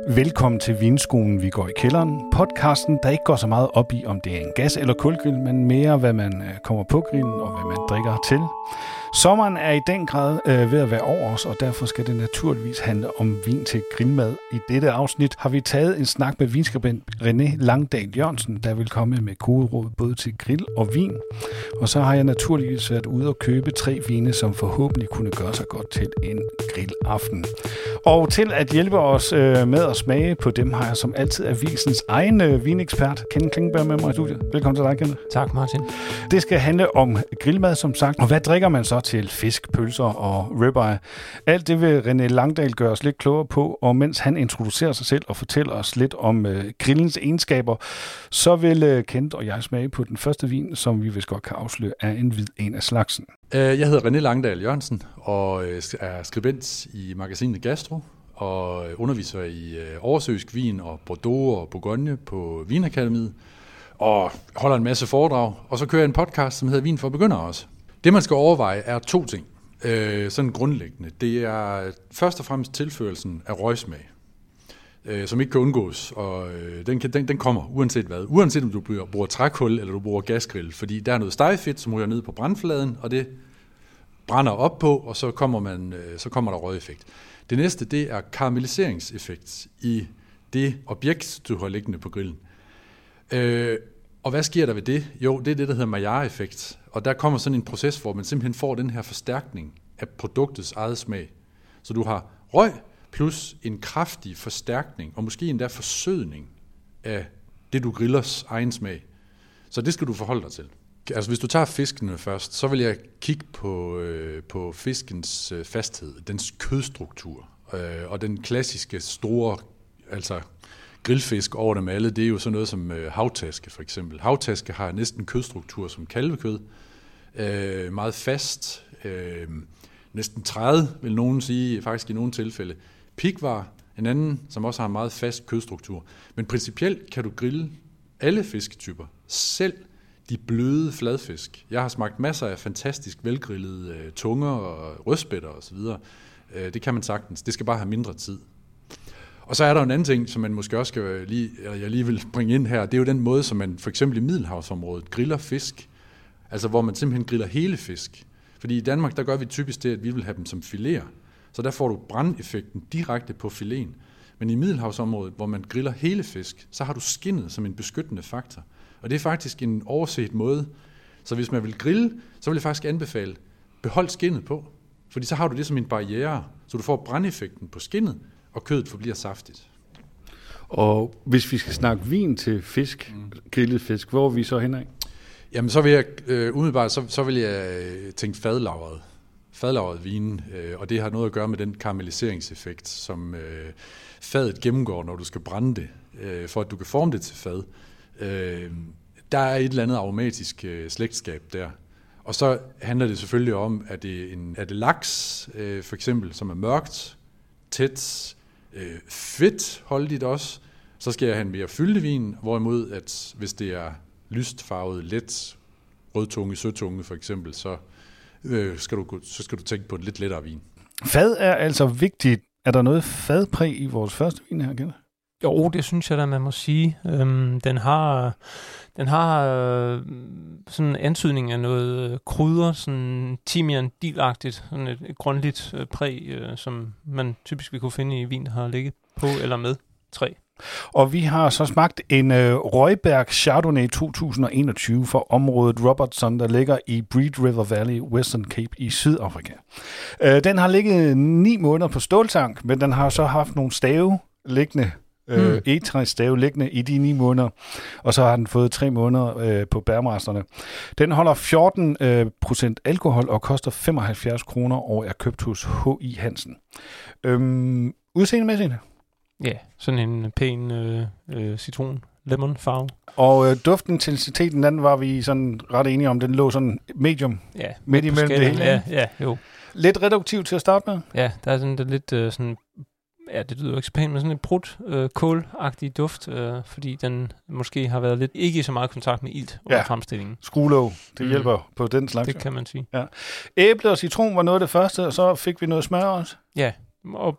Velkommen til Vinskolen, vi går i kælderen. Podcasten, der ikke går så meget op i, om det er en gas- eller kulgrill, men mere, hvad man kommer på grillen og hvad man drikker til. Sommeren er i den grad ved at være over os, og derfor skal det naturligvis handle om vin til grillmad. I dette afsnit har vi taget en snak med vinskribent René Langdal Jørgensen, der vil komme med gode råd både til grill og vin. Og så har jeg naturligvis været ude og købe 3 vine, som forhåbentlig kunne gøre sig godt til en grillaften. Og til at hjælpe os med at smage på dem, har jeg som altid avisens egen vinekspert, Kenneth Klingenberg, med mig i studiet. Velkommen til dig, Kenneth. Tak, Martin. Det skal handle om grillmad, som sagt. Og hvad drikker man så til fisk, pølser og ribeye? Alt det vil René Langdal gøre os lidt klogere på, og mens han introducerer sig selv og fortæller os lidt om grillens egenskaber, så vil Kenneth og jeg smage på den første vin, som vi vist godt kan afsløre er en hvid en af slagsen. Jeg hedder René Langdal Jørgensen og er skribent i magasinet Gastro og underviser i oversøisk vin og Bordeaux og Bourgogne på Vinakademiet og holder en masse foredrag. Og så kører jeg en podcast, som hedder Vin for Begyndere også. Det, man skal overveje, er 2 ting. Sådan grundlæggende. Det er først og fremmest tilførelsen af røgsmag, som ikke kan undgås. Og den kommer uanset hvad. Uanset om du bruger trækul eller du bruger gasgrill. Fordi der er noget stegefedt, som ryger ned på brandfladen, og det brænder op på, og så kommer der røgeffekt. Det næste, det er karamelliseringseffekt i det objekt, du har liggende på grillen. Og hvad sker der ved det? Jo, det er det, der hedder Maillard-effekt. Og der kommer sådan en proces, hvor man simpelthen får den her forstærkning af produktets eget smag. Så du har røg plus en kraftig forstærkning, og måske endda forsødning af det, du grillers egen smag. Så det skal du forholde dig til. Altså hvis du tager fiskene først, så vil jeg kigge på fiskens fasthed, dens kødstruktur, og den klassiske store, altså grillfisk over dem alle, det er jo sådan noget som havtaske for eksempel. Havtaske har næsten kødstruktur som kalvekød, meget fast, næsten træet, vil nogen sige, faktisk i nogle tilfælde. Pikvar, en anden, som også har en meget fast kødstruktur. Men principielt kan du grille alle fisketyper, selv de bløde fladfisk. Jeg har smagt masser af fantastisk velgrillede tunger og rødspætter osv. Det kan man sagtens. Det skal bare have mindre tid. Og så er der en anden ting, som man måske også jeg lige vil bringe ind her. Det er jo den måde, som man for eksempel i Middelhavsområdet griller fisk. Altså hvor man simpelthen griller hele fisk. Fordi i Danmark, der gør vi typisk det, at vi vil have dem som fileter. Så der får du brandeffekten direkte på filéen. Men i Middelhavsområdet, hvor man griller hele fisk, så har du skindet som en beskyttende faktor. Og det er faktisk en overset måde. Så hvis man vil grille, så vil jeg faktisk anbefale, behold skindet på. Fordi så har du det som en barriere, så du får brandeffekten på skindet, og kødet forbliver saftigt. Og hvis vi skal snakke vin til fisk, grillet fisk, hvor er vi så henad? Jamen så vil jeg umiddelbart, så vil jeg tænke fadlagret vin, og det har noget at gøre med den karamelliseringseffekt, som fadet gennemgår, når du skal brænde det, for at du kan forme det til fad. Der er et eller andet aromatisk slægtskab der. Og så handler det selvfølgelig om, at det laks, for eksempel, som er mørkt, tæt, fedtholdigt også, så skal jeg have en mere fyldig vin, hvorimod at hvis det er lyst farvet, let, rødtunge, sødtunge for eksempel, så skal du tænke på en lidt lettere vin. Fad er altså vigtigt. Er der noget fadpræg i vores første vin her, Kenneth? Jo, det synes jeg da, man må sige. Den har sådan en antydning af noget krydder, sådan timian-dilagtigt, sådan et grønligt præg, som man typisk vil kunne finde i vin, der har ligget på eller med træ. Og vi har så smagt en Røjberg Chardonnay 2021 fra området Robertson, der ligger i Breed River Valley, Western Cape i Sydafrika. Den har ligget 9 måneder på ståltank, men den har så haft nogle stave liggende, egetræsstave liggende i de 9 måneder, og så har den fået 3 måneder på bærmasterne. Den holder 14% alkohol og koster 75 kroner, og er købt hos H.I. Hansen. Udseendemæssigt? Ja, sådan en pæn citron lemon farve. Og duftintensiteten, den var vi sådan ret enige om, den lå sådan medium, midt imellem det hele. Ja, jo. Lidt reduktiv til at starte med? Ja, der er sådan lidt sådan, ja, det lyder jo ikke så pænt, men sådan en kålagtig duft, fordi den måske har været lidt ikke i så meget kontakt med ilt under fremstillingen. Skruelåg, det hjælper på den slags. Det kan man sige. Ja. Æble og citron var noget af det første, og så fik vi noget smør også. Ja, og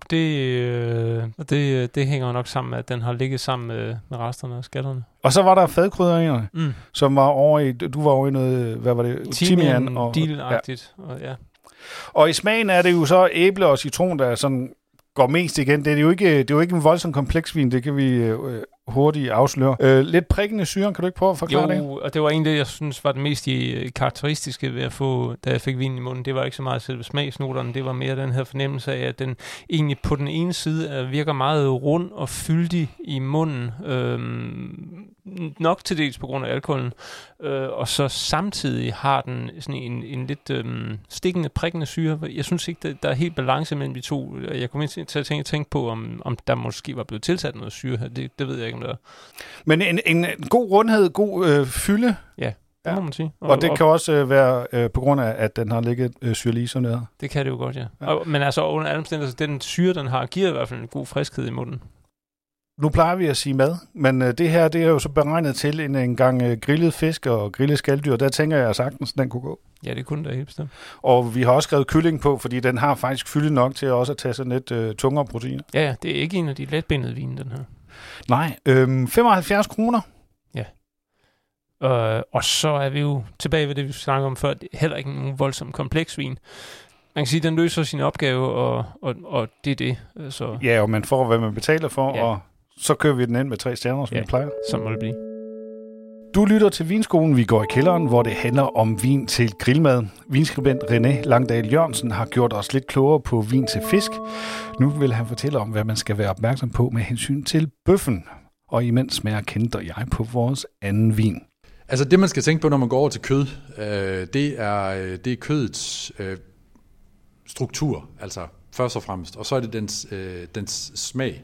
det hænger nok sammen med, at den har ligget sammen med resterne af skallerne. Og så var der fadkrydderierne, som var over i, du var over i noget, hvad var det? Timian og dill-agtigt. Ja. Og i smagen er det jo så æble og citron, der sådan går mest igen. Det er jo ikke en voldsom kompleks vin, det kan vi hurtigt afsløre. Lidt prikkende syre, kan du ikke prøve at forklare det? Jo, og det var egentlig det, jeg synes var det mest karakteristiske ved at få, da jeg fik vinen i munden. Det var ikke så meget selve smagsnoterne, det var mere den her fornemmelse af, at den egentlig på den ene side virker meget rund og fyldig i munden. Nok til dels på grund af alkoholen. Og så samtidig har den sådan en lidt stikkende, prikkende syre. Jeg synes ikke, der er helt balance mellem de to. Jeg kom ind til at tænke på, om der måske var blevet tilsat noget syre her. Det ved jeg ikke, om der er. Men en god rundhed, god fylde. Ja, det må man sige. Og det kan også være på grund af, at den har ligget syrlig som det er. Det kan det jo godt, ja. Men altså under alle omstændigheder, den syre, den har, giver i hvert fald en god friskhed i munden. Nu plejer vi at sige mad, men det her, det er jo så beregnet til en gang grillet fisk og grillet skalddyr. Der tænker jeg sagtens, den kunne gå. Ja, det kunne da helt bestemt. Og vi har også skrevet kylling på, fordi den har faktisk fylde nok til også at tage sådan lidt tungere proteiner. Ja, det er ikke en af de letbenede vine, den her. Nej, 75 kroner. Ja. Og så er vi jo tilbage ved det, vi snakkede om før. Det er heller ikke en voldsom kompleks vin. Man kan sige, at den løser sin opgave, og det er det. Så. Ja, og man får, hvad man betaler for, ja. Og så kører vi den ind med 3 stjerner, som vi plejer. Så må det blive. Du lytter til Vinskolen, vi går i kælderen, hvor det handler om vin til grillmad. Vinskribent René Langdal Jørgensen har gjort os lidt klogere på vin til fisk. Nu vil han fortælle om, hvad man skal være opmærksom på med hensyn til bøffen. Og imens smager Kent og jeg på vores anden vin. Altså det, man skal tænke på, når man går over til kød, det er kødets struktur, altså først og fremmest. Og så er det dens smag.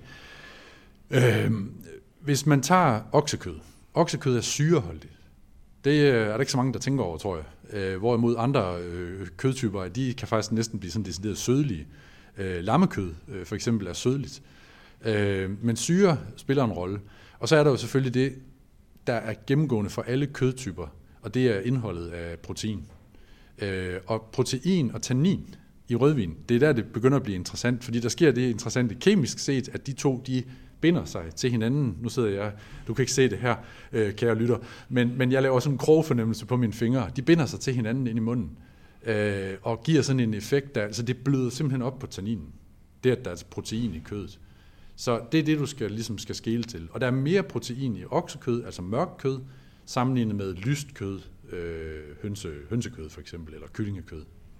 Hvis man tager oksekød er syreholdigt. Det er der ikke så mange, der tænker over, tror jeg. Hvorimod andre kødtyper, de kan faktisk næsten blive sådan decideret sødlige. Lammekød for eksempel er sødligt. Men syre spiller en rolle. Og så er der jo selvfølgelig det, der er gennemgående for alle kødtyper, og det er indholdet af protein. Og protein og tannin i rødvin, det er der, det begynder at blive interessant, fordi der sker det interessante kemisk set, at de to, de binder sig til hinanden. Nu sidder jeg, du kan ikke se det her, kære lytter, men jeg laver sådan en krogfornemmelse på mine fingre. De binder sig til hinanden ind i munden, og giver sådan en effekt, der, altså det bløder simpelthen op på tanninen. Det er, at der er protein i kødet. Så det er det, du skal skele til. Og der er mere protein i oksekød, altså mørk kød, sammenlignet med lyst kød, hønsekød for eksempel, eller kyllingekød.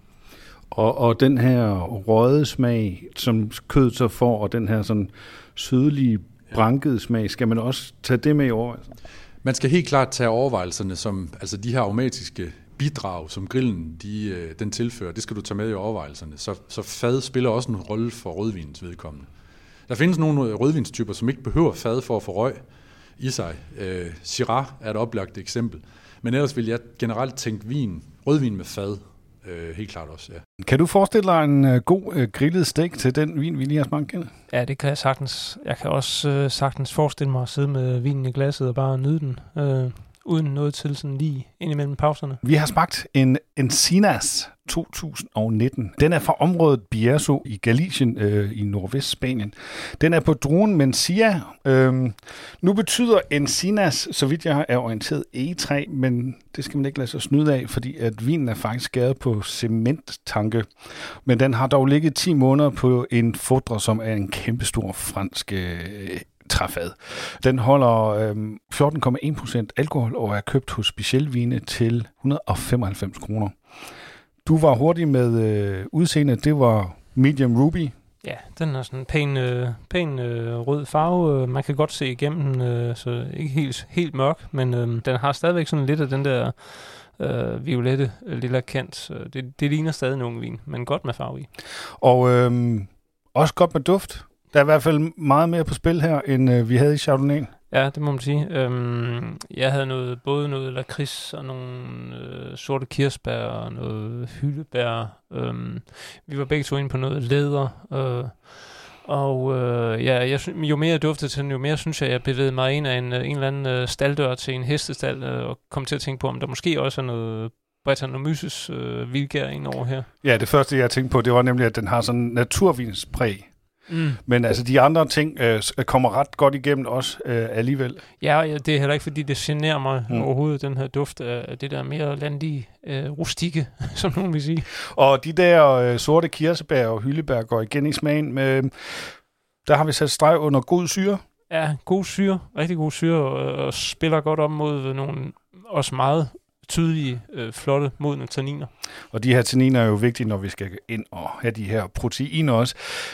Og den her røde smag, som kød så får, og den her sådan sødlige, brankede smag, skal man også tage det med i overvejelserne? Man skal helt klart tage overvejelserne, som altså de her aromatiske bidrag, som grillen den tilfører, det skal du tage med i overvejelserne. Så fad spiller også en rolle for rødvinens vedkommende. Der findes nogle rødvinstyper, som ikke behøver fad for at få røg i sig. Syrah er et oplagt eksempel. Men ellers vil jeg generelt tænke rødvin med fad. Helt klart også, ja. Kan du forestille dig en god grillet stek til den vin, vi lige har smagt? Ja, det kan jeg sagtens. Jeg kan også sagtens forestille mig at sidde med vinen i glasset og bare nyde den, uden noget til sådan lige indimellem pauserne. Vi har smagt en Encinas 2019. Den er fra området Bierzo i Galicien i nordvest Spanien. Den er på druen Mencia. Nu betyder Encinas, så vidt jeg er orienteret, egetræ, men det skal man ikke lade sig snyde af, fordi at vinen er faktisk skåret på cementtanke. Men den har dog ligget 10 måneder på en fodre, som er en kæmpestor fransk træfad. Den holder 14,1% alkohol og er købt hos Specialvine til 195 kroner. Du var hurtig med udseende. Det var medium ruby. Ja, den har sådan en pæn rød farve. Man kan godt se igennem den, så ikke helt mørk, men den har stadigvæk sådan lidt af den der violette lille kant. Det ligner stadig en ung vin, men godt med farve i. Og også godt med duft. Der er i hvert fald meget mere på spil her, end vi havde i Chardonnay. Ja, det må man sige. Jeg havde både noget lakrids og nogle sorte kirsebær og noget hyldebær. Vi var begge to inde på noget læder. Jo mere jeg duftede til den, jo mere synes jeg bevægede mig ind af en eller anden staldør til en hestestald, og kom til at tænke på, om der måske også er noget Brettanomyces vildgær ind over her. Ja, det første jeg tænkte på, det var nemlig, at den har sådan naturvinspræg. Men altså, de andre ting kommer ret godt igennem også alligevel. Ja, det er heller ikke, fordi det generer mig overhovedet, den her duft af det der mere landige, rustikke, som nogen vil sige. Og de der sorte kirsebær og hyldebær går igen i smagen. Der har vi sat streg under god syre. Ja, god syre, rigtig god syre, og spiller godt op mod nogle også meget tydelige, flotte, modne tanniner. Og de her tanniner er jo vigtige, når vi skal ind og have de her proteiner også.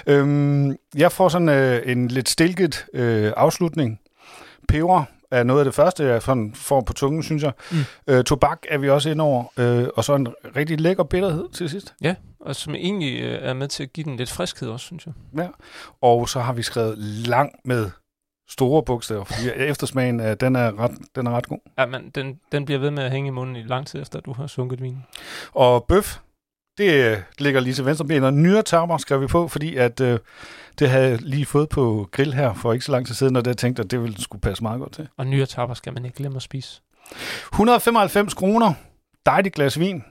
Jeg får sådan en lidt stilket afslutning. Peber er noget af det første, jeg får på tungen, synes jeg. Tobak er vi også inde over, og så en rigtig lækker bitterhed til sidst. Ja, og som egentlig er med til at give den lidt friskhed også, synes jeg. Ja, og så har vi skrevet lang med store bogstaver, fordi eftersmagen, den er ret god. Ja, men den bliver ved med at hænge i munden i lang tid efter, at du har sunket vinen. Og bøf, det ligger lige til venstre ben, og nyretarmer skrev vi på, fordi at det havde jeg lige fået på grill her for ikke så lang tid siden, og det tænkte, at det ville skulle passe meget godt til. Og nyretarmer skal man ikke glemme at spise. 195 kroner, dejligt glas vin,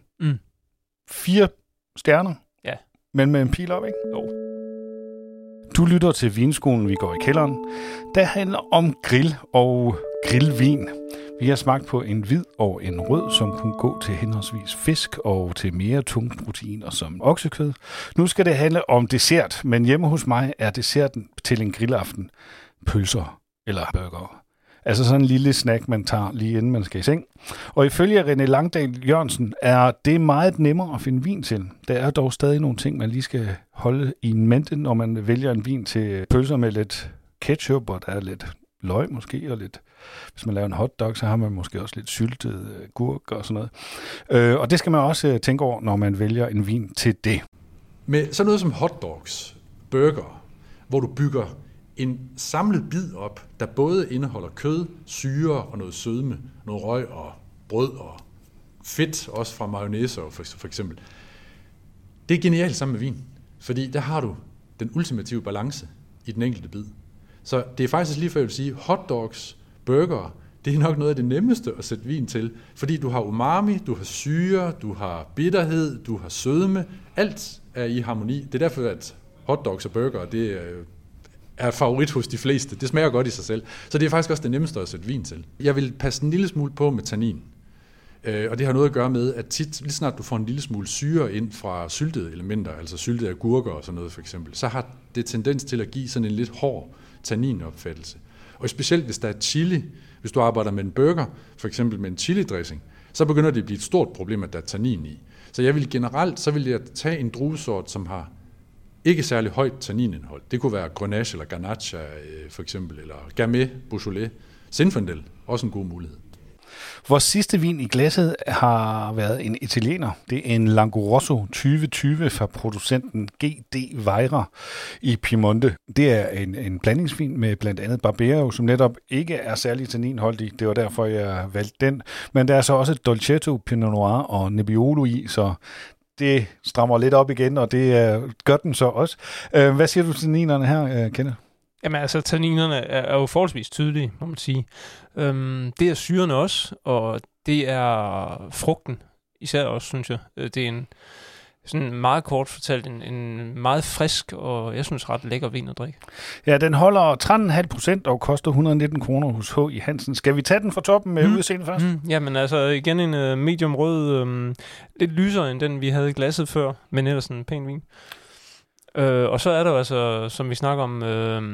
4 stjerner, ja. Men med en pil op, ikke? Jo. Du lytter til Vinskolen, vi går i kælderen. Der handler om grill og grillvin. Vi har smagt på en hvid og en rød, som kunne gå til henholdsvis fisk og til mere tunge proteiner som oksekød. Nu skal det handle om dessert, men hjemme hos mig er desserten til en grillaften pølser eller burger. Altså sådan en lille snack, man tager lige inden man skal i seng. Og ifølge René Langdal Jørgensen er det meget nemmere at finde vin til. Der er dog stadig nogle ting, man lige skal holde i mente, når man vælger en vin til pølser med lidt ketchup, og der er lidt løg måske, og lidt, hvis man laver en hotdog, så har man måske også lidt syltet gurk og sådan noget. Og det skal man også tænke over, når man vælger en vin til det. Med sådan noget som hotdogs, burger, hvor du bygger en samlet bid op, der både indeholder kød, syre og noget sødme, noget røg og brød og fedt, også fra mayonnaise for eksempel. Det er genialt sammen med vin, fordi der har du den ultimative balance i den enkelte bid. Så det er faktisk lige før jeg vil sige, hotdogs, burger, det er nok noget af det nemmeste at sætte vin til, fordi du har umami, du har syre, du har bitterhed, du har sødme, alt er i harmoni. Det er derfor, at hotdogs og burger, det er favorit hos de fleste. Det smager godt i sig selv. Så det er faktisk også det nemmeste at sætte vin til. Jeg vil passe en lille smule på med tannin. Og det har noget at gøre med, at tit, lige snart du får en lille smule syre ind fra syltede elementer, altså syltede agurker og sådan noget for eksempel, så har det tendens til at give sådan en lidt hård tanninopfattelse. Og specielt hvis der er chili, hvis du arbejder med en burger, for eksempel med en chili-dressing, så begynder det at blive et stort problem, at der er tannin i. Så jeg vil generelt, så vil jeg tage en druesort, som har ikke særlig højt tanninindhold. Det kunne være Grenache eller Garnacha for eksempel, eller Gamay, Beaujolais, Zinfandel, også en god mulighed. Vores sidste vin i glasset har været en italiener. Det er en Langorosso 2020 fra producenten GD Weira i Piemonte. Det er en blandingsvin med blandt andet Barbero, som netop ikke er særlig tanninholdig. Det var derfor, jeg valgte den. Men der er så også Dolcetto, Pinot Noir og Nebbiolo i, så det strammer lidt op igen, og det gør den så også. Hvad siger du til tanninerne her, Kenneth? Jamen altså, tanninerne er jo forholdsvis tydelige, må man sige. Det er syrene også, og det er frugten især også, synes jeg. Det er en sådan meget kort fortalt, en meget frisk og jeg synes ret lækker vin at drikke. Ja, den holder 13,5% og koster 119 kroner hos H.I. Hansen. Skal vi tage den fra toppen med udseende først? Jamen altså igen en medium rød, lidt lysere end den vi havde i glasset før, men ellers en pæn vin. Og så er der jo altså, som vi snakker om,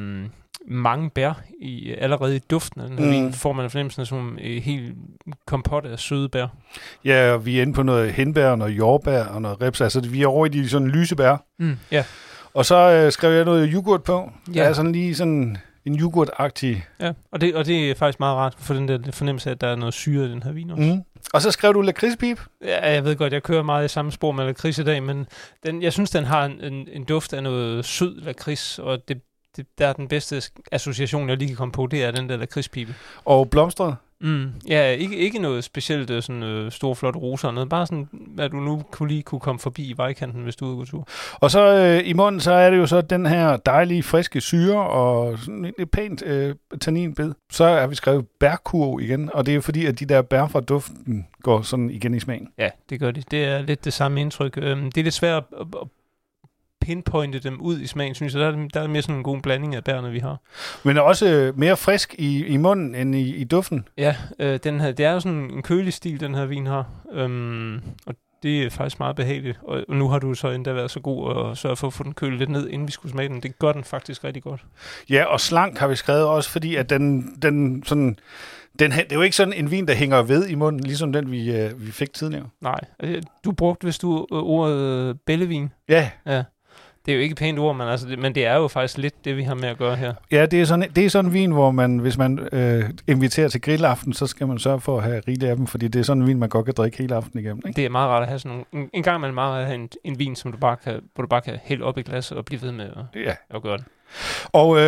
mange bær allerede i duften af den her vin, får man fornemmelsen af som en helt kompot af søde bær. Ja, og vi er inde på noget hindbær, noget jordbær og noget reps. Altså vi er over i de sådan lyse bær. Ja. Og så skrev jeg noget yoghurt på. Ja. Der er sådan lige sådan en yoghurt-agtig. Ja, og det er faktisk meget rart for den der fornemmelse af, at der er noget syre i den her vin også. Og så skrev du lakridspip. Ja, jeg ved godt, jeg kører meget i samme spor med lakrids i dag, men jeg synes, den har en duft af noget sød lakrids, og der er den bedste association, jeg lige kan komme på, det er den der lakridspibe. Og blomstret? Ja, ikke noget specielt sådan store flotte roser og noget, bare sådan, at du nu kunne komme forbi i vejkanten, hvis du er ude på tur. Og så i munden, så er det jo så den her dejlige, friske syre og sådan et pænt tanninbid. Så er vi skrevet bærkurv igen, og det er jo fordi, at de der bær fra duften går sådan igen i smagen. Ja, det gør de. Det er lidt det samme indtryk. Det er lidt svært at pinpointe dem ud i smagen, synes jeg. Der er mere sådan en god blanding af bærene, vi har. Men også mere frisk i munden end i duften. Ja, det er jo sådan en kølig stil, den her vin har. Og det er faktisk meget behageligt. Og nu har du så endda været så god at sørge for at få den kølet lidt ned, inden vi skulle smage den. Det gør den faktisk rigtig godt. Ja, og slank har vi skrevet også, fordi at den sådan... det er jo ikke sådan en vin, der hænger ved i munden, ligesom den, vi fik tidligere. Nej, du brugte vist ordet bællevin. Ja. Det er jo ikke et pænt ord, men det er jo faktisk lidt det, vi har med at gøre her. Ja, det er sådan en vin, hvor man, hvis man inviterer til grillaften, så skal man sørge for at have rigeligt af dem, fordi det er sådan en vin, man godt kan drikke hele aftenen igennem. Ikke? Det er meget rart at have sådan nogle... En gang man meget rart at have en vin, som hvor du bare kan hælde op i glas og blive ved med at gøre det. Og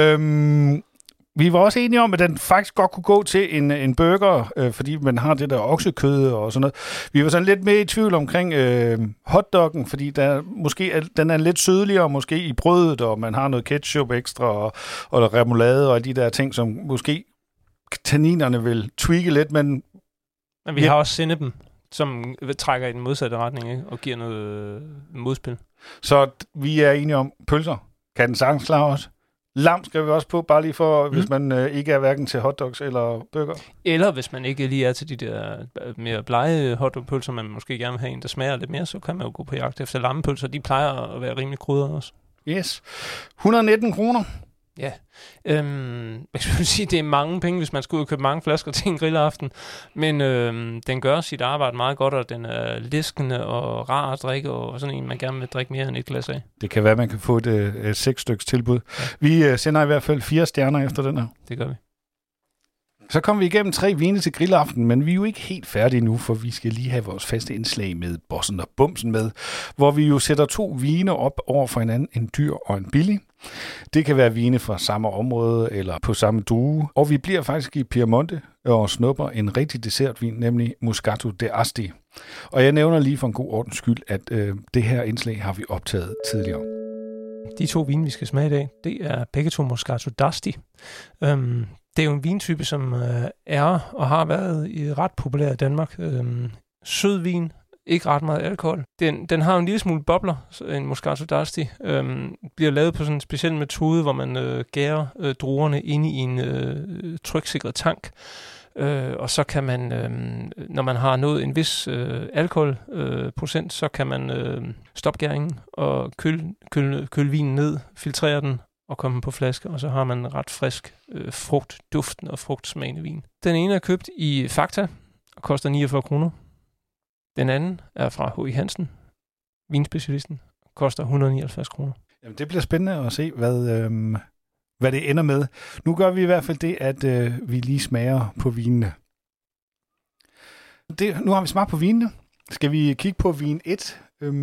vi var også enige om, at den faktisk godt kunne gå til en burger, fordi man har det der oksekød og sådan noget. Vi var sådan lidt mere i tvivl omkring hotdoggen, fordi den er lidt sødligere måske i brødet, og man har noget ketchup ekstra og remoulade og de der ting, som måske tanninerne vil tweake lidt, men vi har også sennepen, som trækker i den modsatte retning, ikke? Og giver noget modspil. Så vi er enige om pølser. Kan den sagtens klare også? Lam skal vi også på, bare lige for, hvis man ikke er hverken til hotdogs eller burger. Eller hvis man ikke lige er til de der mere blege hotdogpølser, man måske gerne vil have en, der smager lidt mere, så kan man jo gå på jagt efter lammepølser. De plejer at være rimelig krydrede også. Yes. 119 kroner. Ja. Jeg skulle sige, det er mange penge, hvis man skal ud og købe mange flasker til en grillaften. Men den gør sit arbejde meget godt, og den er læskende og rar at drikke, og sådan en, man gerne vil drikke mere end et glas af. Det kan være, man kan få et 6 styks tilbud. Ja. Vi sender i hvert fald 4 stjerner efter den her. Det gør vi. Så kom vi igennem 3 vine til grillaften, men vi er jo ikke helt færdige nu, for vi skal lige have vores faste indslag med Bossen og Bumsen med, hvor vi jo sætter 2 vine op over for hinanden, en dyr og en billig. Det kan være vine fra samme område eller på samme drue, og vi bliver faktisk i Piemonte og snupper en rigtig dessertvin, nemlig Moscato d'Asti. Og jeg nævner lige for en god ordens skyld, at det her indslag har vi optaget tidligere. De 2 vine, vi skal smage i dag, det er begge 2 Moscato d'Asti. Det er jo en vintype, som er og har været ret populær i Danmark. Sød vin, ikke ret meget alkohol. Den har en lille smule bobler, en Moscato d'Asti. Bliver lavet på sådan en speciel metode, hvor man gærer druerne inde i en tryksikret tank. Og så kan man, når man har nået en vis alkoholprocent, så kan man stoppe gæringen og køle vinen ned, filtrere den, og komme på flaske, og så har man en ret frisk frugtduften og frugtsmagende vin. Den ene er købt i Fakta og koster 49 kroner. Den anden er fra H.I. Hansen, vinspecialisten, og koster 179 kroner. Jamen, det bliver spændende at se, hvad det ender med. Nu gør vi i hvert fald det, at vi lige smager på vinene. Nu har vi smagt på vinene. Skal vi kigge på vin 1?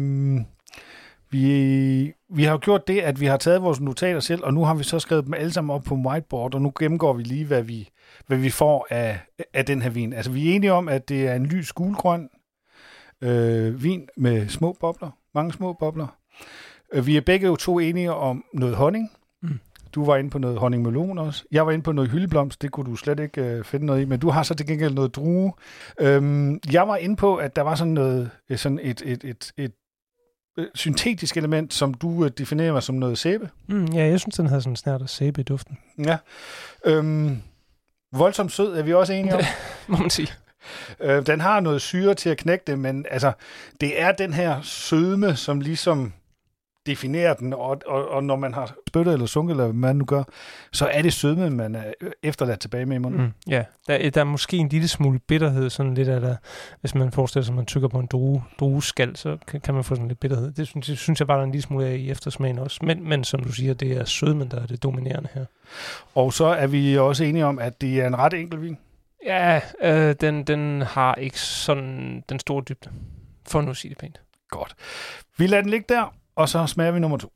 Vi har jo gjort det, at vi har taget vores notater selv, og nu har vi så skrevet dem alle sammen op på whiteboard, og nu gennemgår vi lige, hvad vi får af den her vin. Altså, vi er enige om, at det er en lys gulgrøn vin med små bobler, mange små bobler. Vi er begge jo 2 enige om noget honning. Du var inde på noget honningmelon også. Jeg var inde på noget hyldeblomst, det kunne du slet ikke finde noget i, men du har så til gengæld noget drue. Jeg var inde på, at der var sådan et syntetisk element, som du definerer som noget sæbe. Ja, jeg synes, den havde sådan en snert af sæbe i duften. Ja. Voldsomt sød er vi også enige om. Må man sige. Den har noget syre til at knække det, men altså, det er den her sødme, som ligesom definerer den, og når man har spyttet eller sunket, eller hvad man nu gør, så er det sødme, man er efterladt tilbage med i munden. Ja, der er måske en lille smule bitterhed, sådan lidt af der, hvis man forestiller sig, at man tykker på en drueskal, så kan man få sådan lidt bitterhed. Det synes jeg bare, der er en lille smule af i eftersmagen også. Men som du siger, det er sødmen, der er det dominerende her. Og så er vi også enige om, at det er en ret enkel vin. Ja, den har ikke sådan den store dybde, for nu at sige det pænt. Godt. Vi lader den ligge der, og så smager vi nummer 2.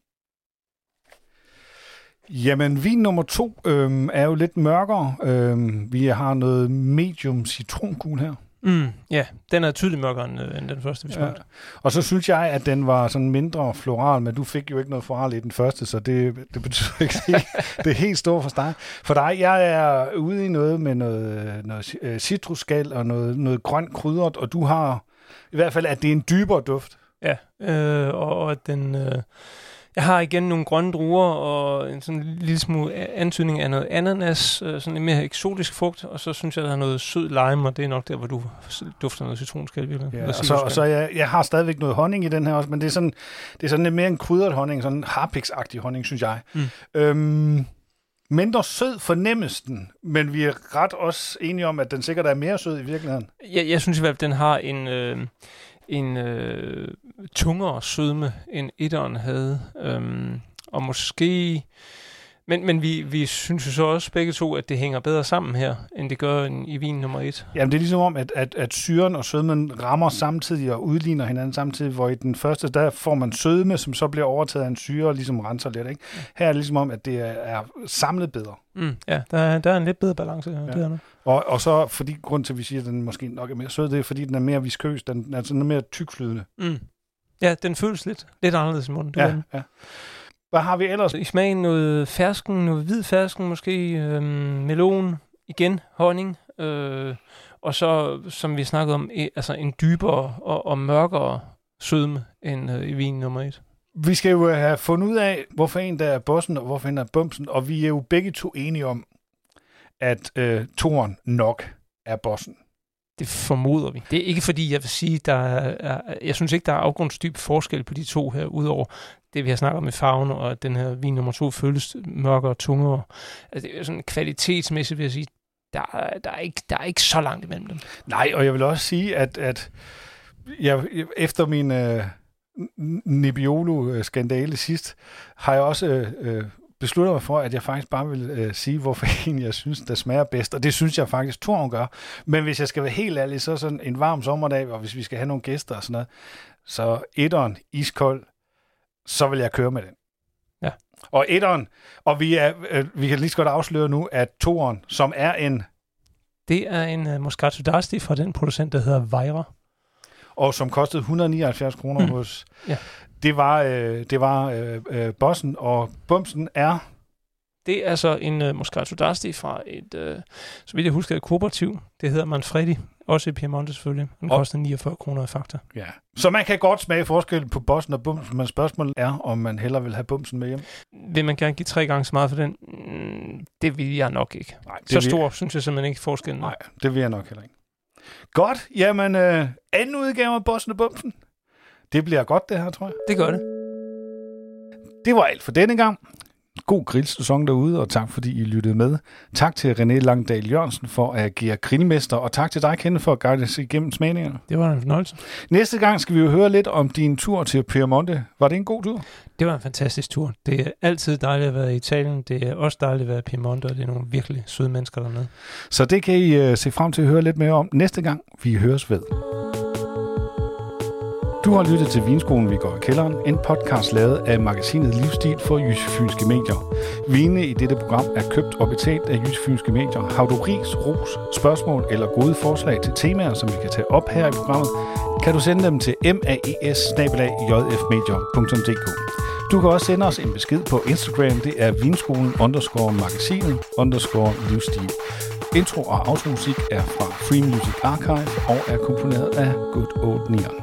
Jamen, vin nummer 2 er jo lidt mørkere. Vi har noget medium citrongul her. Ja, den er tydeligt mørkere end den første, vi smagte. Ja. Og så synes jeg, at den var sådan mindre floral, men du fik jo ikke noget floral i den første, så det betyder ikke det er helt stort for dig. Jeg er ude i noget med noget citrusskal og noget grønt krydret, og du har i hvert fald, at det er en dybere duft. Ja, og at den... Jeg har igen nogle grønne druer og en sådan lille smule antydning af noget ananas, sådan en mere eksotisk frugt, og så synes jeg, der er noget sød lime, og det er nok der, hvor du dufter noget citronskal. Ja, og så jeg har stadigvæk noget honning i den her også, men det er sådan lidt mere en krydret honning, sådan en harpiksagtig honning, synes jeg. Mindre sød fornemmes den, men vi er ret også enige om, at den sikkert er mere sød i virkeligheden. Jeg synes i hvert fald, at den har en tungere sødme, end etteren havde. Og måske... Men vi synes jo så også begge to, at det hænger bedre sammen her, end det gør i vin nummer 1. Jamen det er ligesom om, at syren og sødmen rammer samtidig og udligner hinanden samtidig, hvor i den første, der får man sødme, som så bliver overtaget af en syre og ligesom renser lidt. Ikke? Her er det ligesom om, at det er samlet bedre. Ja, der er en lidt bedre balance her. Ja. Det og så, fordi grund til, at vi siger, at den måske nok er mere sød, det er, fordi den er mere viskøs, den er sådan mere tykflydende. Ja, den føles lidt anderledes i munden. Ja. Hvad har vi ellers? I smagen noget fersken, noget hvid fersken måske, melon, igen honning, og så, som vi snakkede om, altså en dybere og mørkere sødme end i vin nummer 1. Vi skal jo have fundet ud af, hvorfor en der er bossen, og hvorfor en der er bumsen, og vi er jo begge to enige om, at toren nok er bossen. Det formoder vi. Det er ikke fordi, jeg vil sige, jeg synes ikke, der er afgrundsdyb forskel på de to her, udover det, vi har snakket om med farven, og at den her vin nummer 2 føles mørkere og tungere. Altså, det er sådan kvalitetsmæssigt, vil jeg sige, der er ikke så langt imellem dem. Nej, og jeg vil også sige, at jeg, efter min Nebbiolo-skandale sidst, har jeg også beslutter mig for, at jeg faktisk bare vil sige, hvorfor en jeg synes, der smager bedst. Og det synes jeg faktisk, toren gør. Men hvis jeg skal være helt ærlig, så sådan en varm sommerdag, og hvis vi skal have nogle gæster og sådan noget, så etteren, iskold, så vil jeg køre med den. Ja. Og etteren, og vi kan lige så godt afsløre nu, at toren, som er en... Det er en Moscato d'Asti fra den producent, der hedder Vejra. Og som kostede 179 kroner hos... Ja. Det var bossen, og bumsen er... Det er så en Moscato d'Asti fra et, så vidt jeg husker, et kooperativ. Det hedder Manfredi, også i Piemonte selvfølgelig. Den koster 49 kroner i Fakta. Ja. Så man kan godt smage forskel på bossen og bumsen, men spørgsmålet er, om man hellere vil have bumsen med hjem. Vil man gerne give 3 gange så meget for den? Det vil jeg nok ikke. Nej, så stor synes jeg simpelthen ikke forskellen. Nej, det vil jeg nok heller ikke. Godt, jamen anden udgave af bossen og bumsen. Det bliver godt det her, tror jeg. Det gør det. Det var alt for denne gang. God grillsæson derude, og tak fordi I lyttede med. Tak til René Langdal Jørgensen for at agere grillmester, og tak til dig, Kenneth, for at guide os igennem smagningerne. Det var en fornøjelse. Næste gang skal vi jo høre lidt om din tur til Piemonte. Var det en god tur? Det var en fantastisk tur. Det er altid dejligt at være i Italien. Det er også dejligt at være i Piemonte, og det er nogle virkelig søde mennesker dernede. Så det kan I se frem til at høre lidt mere om næste gang. Vi høres ved. Du har lyttet til Vinskolen, vi går i kælderen, en podcast lavet af magasinet Livsstil for Jysk Fynske Medier. Vinene i dette program er købt og betalt af Jysk Fynske Medier. Har du ris, ros, spørgsmål eller gode forslag til temaer, som vi kan tage op her i programmet, kan du sende dem til maes@jfmedier.dk. Du kan også sende os en besked på Instagram. Det er vinskolen_magasinet_livsstil. Intro og outro musik er fra Free Music Archive og er komponeret af Good Old Neon.